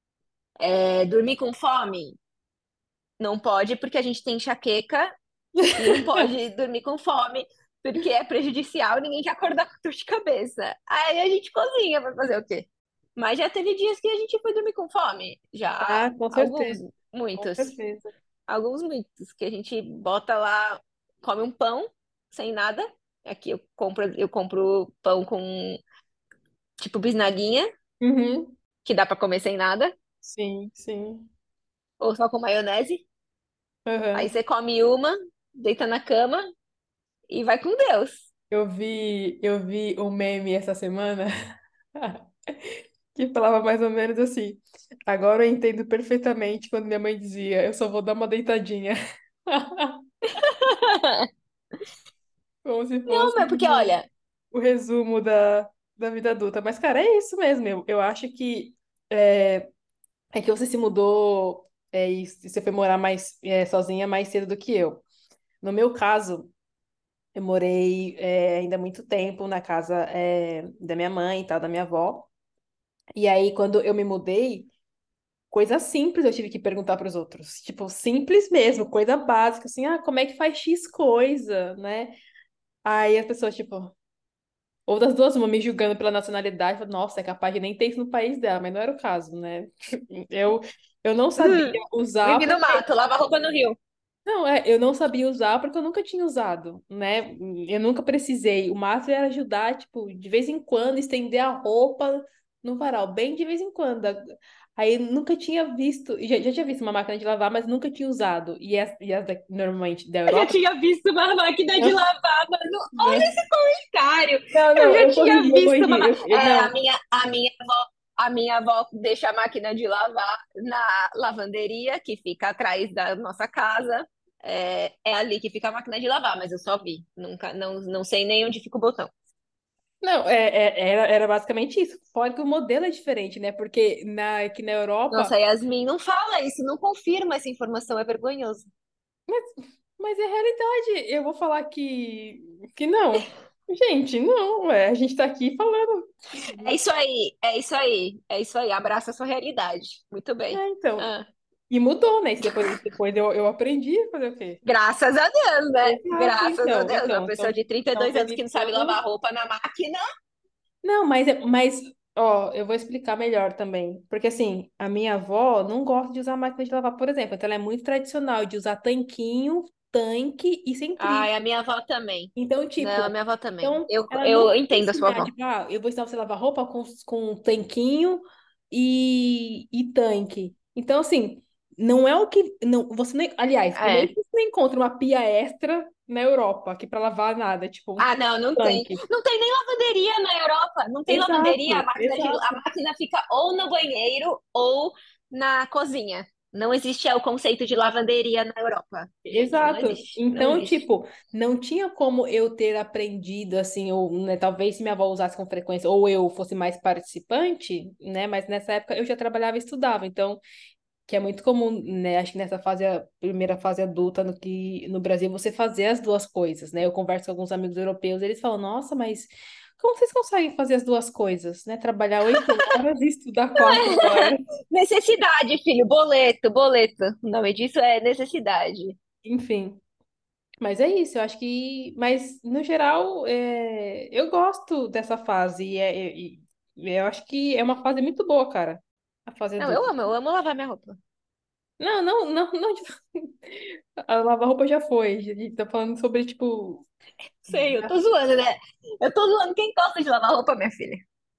Dormir com fome? Não pode, porque a gente tem enxaqueca e não pode dormir com fome, porque é prejudicial, ninguém quer acordar com dor de cabeça. Aí a gente cozinha, vai fazer o quê? Mas já teve dias que a gente foi dormir com fome. Já Ah, com alguns, certeza. Com muitos. certeza. Alguns muitos, que a gente bota lá, come um pão sem nada. Aqui eu compro pão com tipo bisnaguinha, Uhum. que dá pra comer sem nada, Sim, sim. ou só com maionese. Aí Uhum. você come uma, deita na cama e vai com Deus. Eu vi um meme essa semana que falava mais ou menos assim. Agora eu entendo perfeitamente quando minha mãe dizia, eu só vou dar uma deitadinha. Como se Não, fosse mas porque olha, o resumo da vida adulta. Mas, cara, é isso mesmo. Eu acho que é, é que você se mudou e você foi morar mais sozinha mais cedo do que eu. No meu caso, eu morei ainda muito tempo na casa da minha mãe e tal, da minha avó. E aí, quando eu me mudei, coisa simples eu tive que perguntar para os outros. Tipo, simples mesmo, coisa básica, assim, como é que faz X coisa, né? Aí as pessoas, tipo, ou das duas, uma me julgando pela nacionalidade, falando, nossa, é capaz de nem ter isso no país dela, mas não era o caso, né? Eu, eu não sabia usar vive no porque. mato, lava roupa no rio. Não, eu não sabia usar porque eu nunca tinha usado, né? Eu nunca precisei. O máximo era ajudar, tipo, de vez em quando, estender a roupa no varal, bem de vez em quando. Aí nunca tinha visto, já tinha visto uma máquina de lavar, mas nunca tinha usado. Normalmente da Eu já Europa. tinha visto uma máquina de lavar, mano. Olha Não, esse comentário. não, Eu não, já eu tinha corrigi, eu visto uma. corrigi. Não, A minha avó deixa a máquina de lavar na lavanderia, que fica atrás da nossa casa. É ali que fica a máquina de lavar, mas eu só vi. Nunca, não sei nem onde fica o botão. não, era basicamente isso. Fora que o modelo é diferente, né? Porque aqui na Europa. Nossa, Yasmin, não fala isso, não confirma essa informação, é vergonhoso. Mas é realidade. Eu vou falar que não. Gente, não. A gente tá aqui falando. É isso aí, é isso aí, é isso aí. Abraça a sua realidade. Muito bem. Então. Ah, E mudou, né? Isso depois eu aprendi a fazer o quê? graças a Deus, né? Exato, Graças a então. Deus. Uma Então, pessoa então, de trinta e então dois anos teve que não sabe lavar tudo. roupa na máquina. Não, mas, ó, eu vou explicar melhor também. Porque, assim, a minha avó não gosta de usar máquina de lavar, por exemplo. Então, ela é muito tradicional de usar tanquinho, tanque e Ai, a centrífuga. minha avó também. Então, Não, a tipo, minha avó também. então ela Eu nunca vai entendo a sua ensinar, avó. tipo, eu vou ensinar você a lavar roupa com um tanquinho e tanque. Então, assim, não é o que. Não, você nem, aliás, primeiro É. que você não encontra uma pia extra na Europa, que para lavar nada, tipo um Ah, não, não tem. tanque. Não tem nem lavanderia na Europa. Não tem lavanderia. Exato, A exato. máquina fica ou no banheiro ou na cozinha. Não existe o conceito de lavanderia na Europa. Gente, não Exato. existe. Não Então, existe. tipo, não tinha como eu ter aprendido assim, ou né, talvez se minha avó usasse com frequência, ou eu fosse mais participante, né? Mas nessa época eu já trabalhava e estudava. Então, Que é muito comum, né? Acho que nessa fase, a primeira fase adulta, no que no Brasil você fazer as duas coisas, né? Eu converso com alguns amigos europeus, eles falam, nossa, mas como vocês conseguem fazer as duas coisas, né? Trabalhar 8 horas e estudar 4 horas. Necessidade, filho, boleto, boleto. O nome disso é necessidade. Enfim. Mas é isso, eu acho que. Mas, no geral, eu gosto dessa fase. E eu acho que é uma fase muito boa, cara. A fase Não, adulta. eu amo lavar minha roupa. Não, não, não, não. A lavar-roupa já foi. A gente tá falando sobre, tipo. Sei, eu tô zoando, né? Eu tô zoando quem gosta de lavar roupa, minha filha.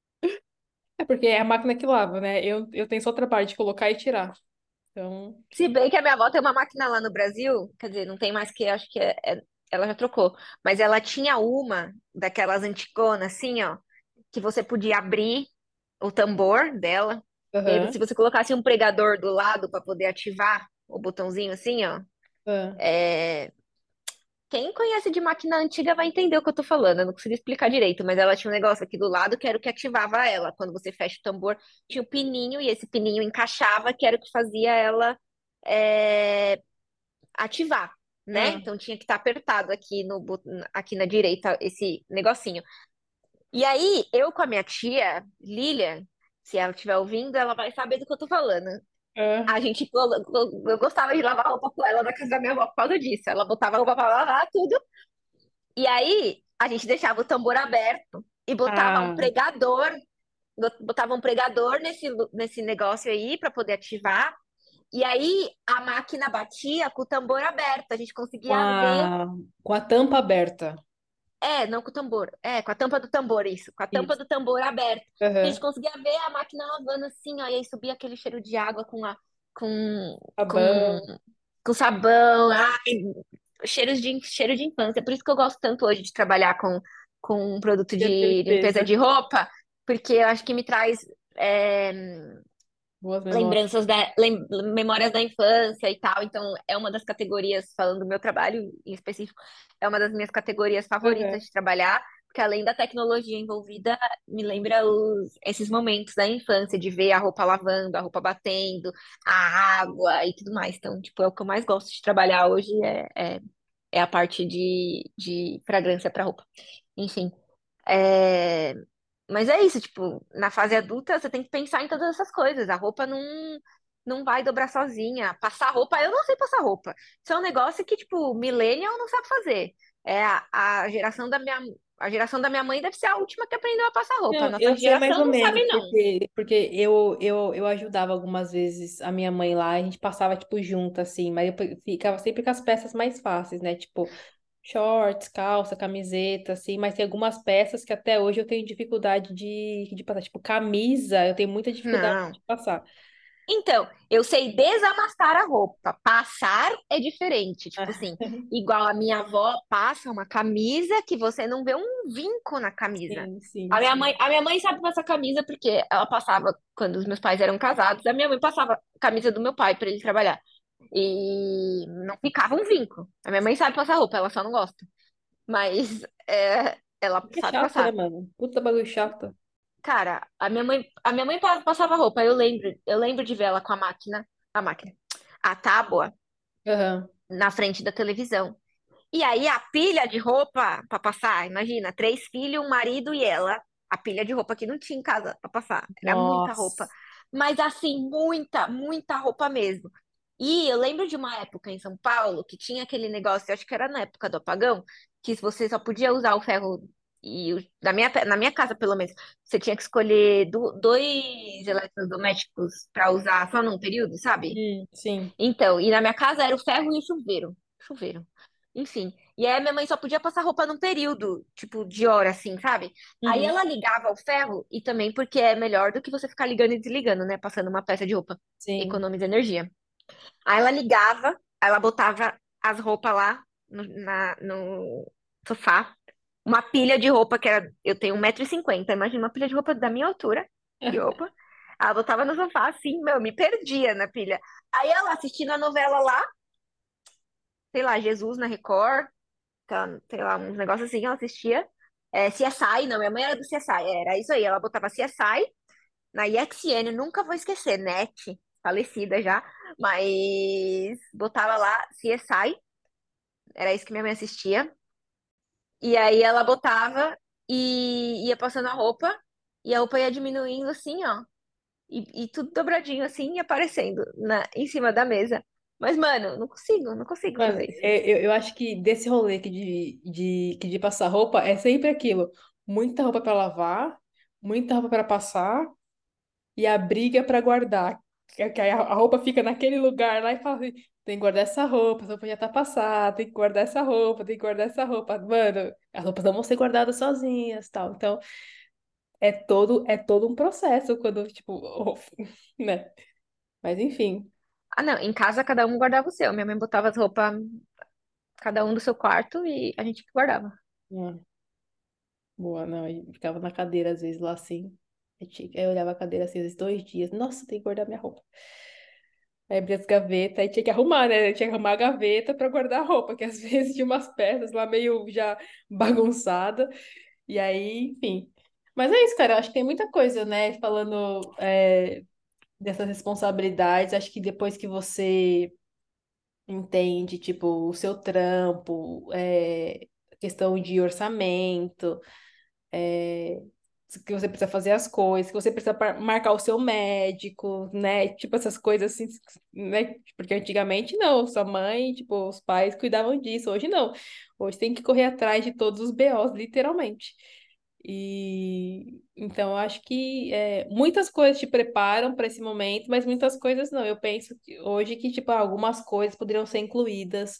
É porque é a máquina que lava, né? Eu tenho só o trabalho de colocar e tirar. Então. Se bem que a minha avó tem uma máquina lá no Brasil, quer dizer, não tem mais que, acho que ela já trocou, mas ela tinha uma daquelas antigonas, assim, ó, que você podia abrir o tambor dela, e aí Aham. se você colocasse um pregador do lado para poder ativar o botãozinho assim, ó, Ah, é, quem conhece de máquina antiga vai entender o que eu tô falando. Eu não consigo explicar direito, mas ela tinha um negócio aqui do lado que era o que ativava ela. Quando você fecha o tambor, tinha o pininho e esse pininho encaixava, que era o que fazia ela é, ativar, né? ah, Então tinha que estar apertado aqui aqui na direita esse negocinho. E aí, eu com a minha tia, Lilian, se ela estiver ouvindo, ela vai saber do que eu tô falando. ah, Eu gostava de lavar roupa com ela na casa da minha avó por causa disso. Ela botava a roupa pra lavar, tudo. E aí, a gente deixava o tambor aberto e ah, botava um pregador nesse negócio aí para poder ativar. E aí, a máquina batia com o tambor aberto. A gente com conseguia ver. a, com a tampa aberta. Não com o tambor. Com a tampa do tambor, isso. Com a tampa Isso. do tambor aberta. A gente Aham. conseguia ver a máquina lavando assim, ó. E aí subia aquele cheiro de água com, com, Sabão, com sabão. Ai, cheiro de infância. Por isso que eu gosto tanto hoje de trabalhar com um produto de de limpeza limpeza. de roupa, porque eu acho que me traz é, Boas memórias. memórias da infância e tal. Então, é uma das categorias, falando do meu trabalho em específico, é uma das minhas categorias Aham. favoritas de trabalhar, porque além da tecnologia envolvida, me lembra esses momentos da infância, de ver a roupa lavando, a roupa batendo, a água e tudo mais. Então, tipo, é o que eu mais gosto de trabalhar hoje, é a parte de fragrância para roupa. Enfim. É, mas é isso, tipo, na fase adulta você tem que pensar em todas essas coisas. A roupa não vai dobrar sozinha. Passar roupa, eu não sei passar roupa. Isso é um negócio que, tipo, millennial não sabe fazer. A geração a geração da minha mãe deve ser a última que aprendeu a passar roupa. A Não, nossa eu sei mais geração ou não menos, sabe, não. porque eu ajudava algumas vezes a minha mãe lá, a gente passava, tipo, junto, assim, mas eu ficava sempre com as peças mais fáceis, né? Tipo, shorts, calça, camiseta, assim, mas tem algumas peças que até hoje eu tenho dificuldade de passar. Tipo, camisa, eu tenho muita dificuldade Não. de passar. Então, eu sei desamassar a roupa. Passar é diferente. Tipo Ah, assim, igual a minha avó passa uma camisa que você não vê um vinco na camisa. sim, sim, sim. A minha mãe sabe passar camisa porque ela passava quando os meus pais eram casados. A minha mãe passava a camisa do meu pai para ele trabalhar. E não ficava um vinco. A minha mãe sabe passar roupa, ela só não gosta. Mas ela Que sabe chato, né, passar. mano? Puta bagulho chato. Cara, a minha mãe passava roupa, eu lembro de ver ela com a máquina, a tábua Aham. na frente da televisão. E aí a pilha de roupa pra passar, imagina, três filhos, um marido e ela, a pilha de roupa que não tinha em casa pra passar, era muita roupa. Nossa. Mas assim, muita roupa mesmo. E eu lembro de uma época em São Paulo que tinha aquele negócio, acho que era na época do apagão, que você só podia usar o ferro na minha casa, pelo menos, você tinha que escolher dois eletrodomésticos para usar só num período, sabe? Sim. Então, e na minha casa era o ferro e o chuveiro. Chuveiro. Enfim. E aí minha mãe só podia passar roupa num período, tipo, de hora, assim, sabe? Aí Uhum. ela ligava o ferro e também porque é melhor do que você ficar ligando e desligando, né? Passando uma peça de roupa. Sim. Economiza energia. Aí ela ligava, aí ela botava as roupas lá no sofá. Uma pilha de roupa que era. Eu tenho 1,50 m, imagina uma pilha de roupa da minha altura de roupa. Ela botava no sofá assim, meu, me perdia na pilha. Aí ela assistindo a novela lá, sei lá, Jesus na Record, sei lá, uns negócios assim, ela assistia. CSI, não, minha mãe era do CSI, era isso aí. Ela botava CSI na EXN, nunca vou esquecer, NET. falecida já, mas botava lá CSI, era isso que minha mãe assistia. E aí ela botava e ia passando a roupa, e a roupa ia diminuindo assim, ó. E tudo dobradinho assim e aparecendo em cima da mesa. Mas, mano, não consigo Mano, fazer isso. eu acho que desse rolê que que de passar roupa é sempre aquilo. Muita roupa pra lavar, muita roupa pra passar e a briga pra guardar. Que aí a roupa fica naquele lugar lá e fala assim, tem que guardar essa roupa já tá passada, tem que guardar essa roupa, tem que guardar essa roupa. Mano, as roupas não vão ser guardadas sozinhas, tal. Então, é todo um processo quando, tipo, né? Mas enfim. Ah, não, em casa cada um guardava o seu. Minha mãe botava as roupas, cada um do seu quarto e a gente que guardava. Ah, boa, não, eu ficava na cadeira às vezes lá assim. Aí eu olhava a cadeira assim, uns 2 dias. Nossa, tem que guardar minha roupa. Aí abria as gavetas, aí tinha que arrumar, né? Tinha que arrumar a gaveta pra guardar a roupa, que às vezes tinha umas peças lá meio já bagunçada. E aí, enfim. Mas é isso, cara. Eu acho que tem muita coisa, né? Falando dessas responsabilidades. Acho que depois que você entende, tipo, o seu trampo, questão de orçamento. é, que você precisa fazer as coisas, que você precisa marcar o seu médico, né? Tipo, essas coisas assim, né? Porque antigamente não, sua mãe, tipo, os pais cuidavam disso. Hoje não. Hoje tem que correr atrás de todos os BOs, literalmente. E então eu acho que muitas coisas te preparam para esse momento, mas muitas coisas não. Eu penso que hoje que tipo algumas coisas poderiam ser incluídas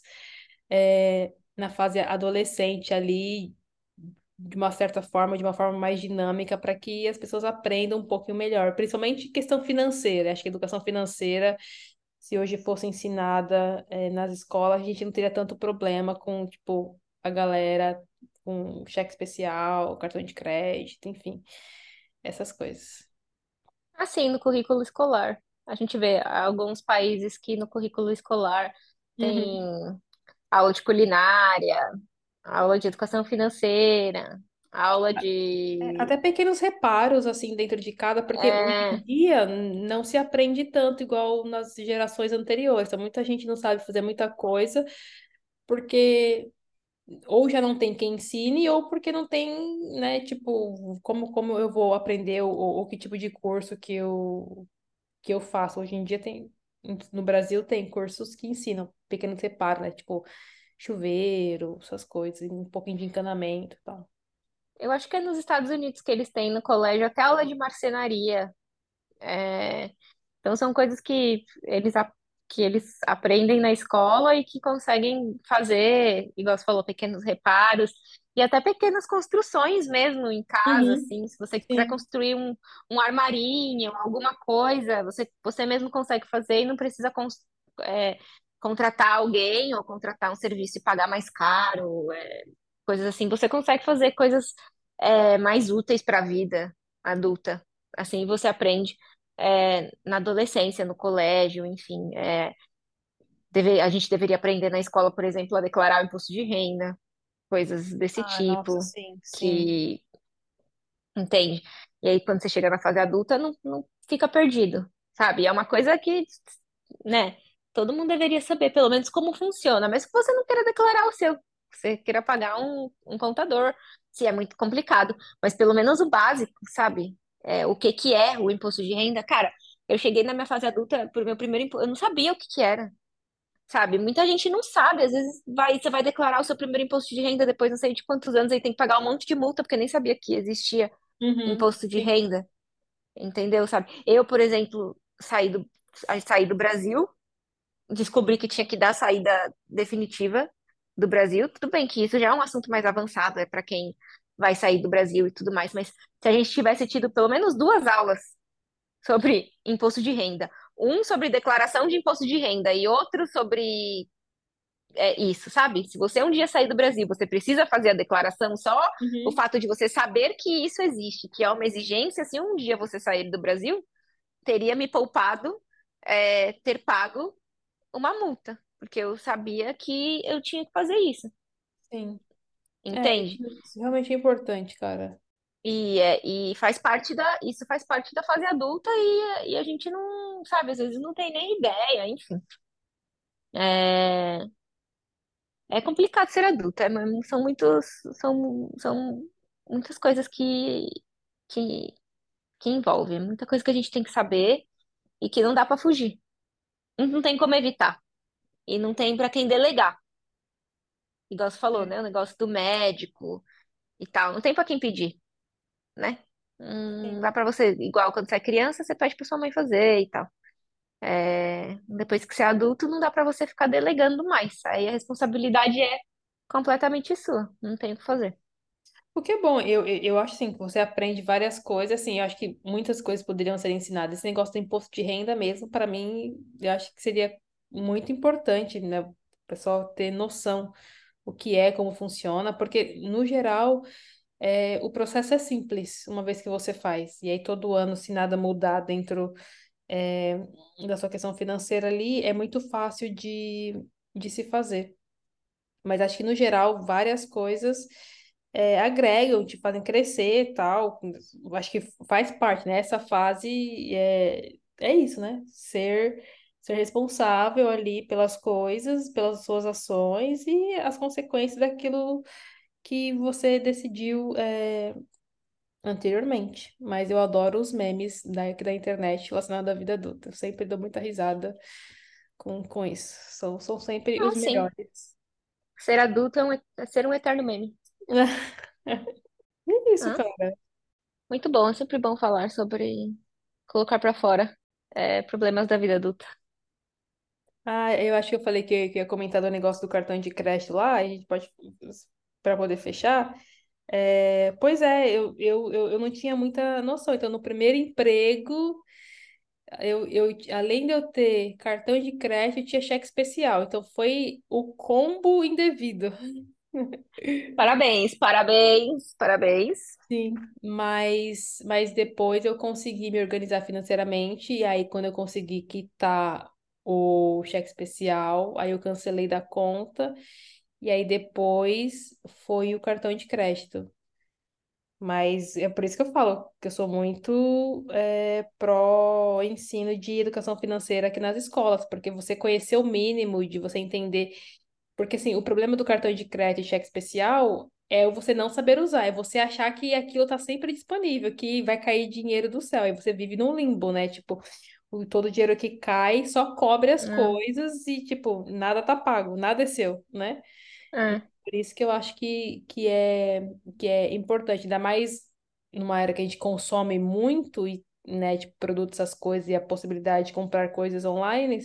na fase adolescente ali de uma certa forma, de uma forma mais dinâmica, para que as pessoas aprendam um pouquinho melhor, principalmente questão financeira. Acho que educação financeira, se hoje fosse ensinada, nas escolas, a gente não teria tanto problema com, tipo, a galera com cheque especial, cartão de crédito, enfim, essas coisas. Assim, no currículo escolar. A gente vê alguns países que no currículo escolar tem Uhum. aula de culinária, aula de educação financeira, aula de. Até pequenos reparos, assim, dentro de cada, porque hoje em É, dia não se aprende tanto igual nas gerações anteriores. Então, muita gente não sabe fazer muita coisa, porque ou já não tem quem ensine, ou porque não tem, né, tipo, como eu vou aprender, ou que tipo de curso que eu faço. Hoje em dia tem, no Brasil tem cursos que ensinam pequenos reparos, né, tipo, chuveiro, essas coisas, e um pouquinho de encanamento e tal. eu acho que é nos Estados Unidos que eles têm no colégio até aula de marcenaria. É, então são coisas que eles aprendem na escola e que conseguem fazer, igual você falou, pequenos reparos e até pequenas construções mesmo em casa, Uhum, assim, se você quiser sim. construir um armarinho, alguma coisa, você mesmo consegue fazer e não precisa é, contratar alguém ou contratar um serviço e pagar mais caro, coisas assim. Você consegue fazer coisas mais úteis para a vida adulta. Assim, você aprende na adolescência, no colégio, enfim. A gente deveria aprender na escola, por exemplo, a declarar o imposto de renda, coisas desse Ah, nossa, tipo, sim, sim. que entende? E aí, quando você chega na fase adulta, não fica perdido, sabe? É uma coisa que, né, todo mundo deveria saber, pelo menos como funciona, mas que você não queira declarar o seu, que você queira pagar um contador, se é muito complicado, mas pelo menos o básico, sabe? O que que é o imposto de renda? Cara, eu cheguei na minha fase adulta, pro meu primeiro imposto, eu não sabia o que que era. Sabe, muita gente não sabe. Às vezes você vai declarar o seu primeiro imposto de renda depois não sei de quantos anos, aí tem que pagar um monte de multa, porque nem sabia que existia Uhum, imposto de sim. renda, entendeu? Sabe? Eu, por exemplo, saí do Brasil, descobri que tinha que dar a saída definitiva do Brasil. Tudo bem que isso já é um assunto mais avançado, é para quem vai sair do Brasil e tudo mais, mas se a gente tivesse tido pelo menos duas aulas sobre imposto de renda, um sobre declaração de imposto de renda e outro sobre isso, sabe? Se você um dia sair do Brasil, você precisa fazer a declaração, só o Uhum, fato de você saber que isso existe, que é uma exigência, se um dia você sair do Brasil, teria me poupado ter pago uma multa, porque eu sabia que eu tinha que fazer isso, sim. entende? Isso realmente é importante, cara. E faz parte isso faz parte da fase adulta e a gente não, sabe, às vezes não tem nem ideia, enfim. É, é complicado ser adulto, são muitas coisas que, que envolvem, muita coisa que a gente tem que saber e que não dá pra fugir. Não tem como evitar. E não tem pra quem delegar. Igual você falou, né? O negócio do médico e tal. Não tem pra quem pedir, né? Não Sim. dá pra você, igual quando você é criança, você pede pra sua mãe fazer e tal. Depois que você é adulto, não dá pra você ficar delegando mais. Aí a responsabilidade é completamente sua. Não tem o que fazer. O que é bom, eu acho assim, que você aprende várias coisas, assim, eu acho que muitas coisas poderiam ser ensinadas. Esse negócio do imposto de renda mesmo, para mim, eu acho que seria muito importante, né? O pessoal ter noção o que é, como funciona, porque, no geral, o processo é simples, uma vez que você faz. E aí, todo ano, se nada mudar dentro, é, da sua questão financeira ali, é muito fácil de se fazer. Mas acho que, no geral, várias coisas agregam, te fazem crescer e tal. Acho que faz parte, né? Essa fase é isso, né? Ser responsável ali pelas coisas, pelas suas ações e as consequências daquilo que você decidiu anteriormente. Mas eu adoro os memes da internet relacionados à vida adulta. Eu sempre dou muita risada com isso. São sempre Ah, os sim. melhores. Ser adulto é ser um eterno meme. É isso, Ah, cara. muito bom. É sempre bom falar sobre colocar pra fora problemas da vida adulta. Ah, eu acho que eu falei que ia comentar do negócio do cartão de crédito lá, a gente pode, para poder fechar. Pois é, eu não tinha muita noção. Então, no primeiro emprego, além de eu ter cartão de crédito, eu tinha cheque especial. Então, foi o combo indevido. Parabéns, parabéns, parabéns. Sim, mas depois eu consegui me organizar financeiramente, e aí quando eu consegui quitar o cheque especial, aí eu cancelei da conta, e aí depois foi o cartão de crédito. Mas é por isso que eu falo que eu sou muito pró ensino de educação financeira aqui nas escolas, porque você conhecer o mínimo, de você entender. Porque assim, o problema do cartão de crédito e cheque especial é você não saber usar, é você achar que aquilo tá sempre disponível, que vai cair dinheiro do céu, e você vive num limbo, né? Tipo, todo o dinheiro que cai só cobre as É, coisas e, tipo, nada tá pago, nada é seu, né? E é. por isso que eu acho que é importante, ainda mais numa era que a gente consome muito e, né, tipo, produtos, essas coisas e a possibilidade de comprar coisas online,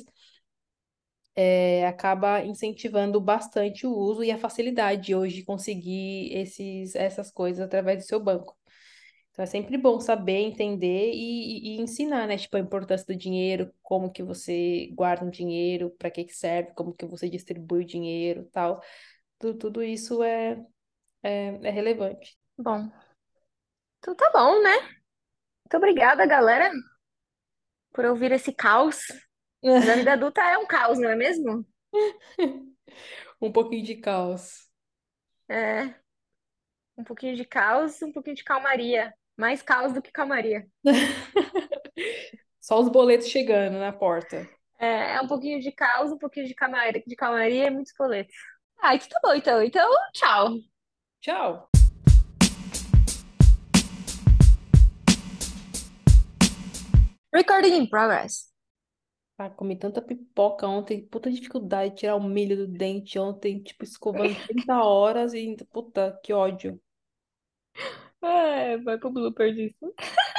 acaba incentivando bastante o uso e a facilidade hoje de conseguir essas coisas através do seu banco. Então é sempre bom saber, entender e ensinar, né? Tipo, a importância do dinheiro, como que você guarda um dinheiro, para que que serve, como que você distribui o dinheiro, tal. Tudo isso é relevante. Bom, então tá bom, né? Muito obrigada, galera, por ouvir esse caos. Mas a vida adulta é um caos, não é mesmo? Um pouquinho de caos. É, um pouquinho de caos, um pouquinho de calmaria. Mais caos do que calmaria. Só os boletos chegando na porta. É um pouquinho de caos, um pouquinho de calmaria e muitos boletos. Ah, então tá bom, então. Então, tchau. Tchau. Recording in progress. Ah, comi tanta pipoca ontem, puta dificuldade de tirar o milho do dente ontem, tipo, escovando 30 horas e, puta, que ódio. Vai pro blooper disso.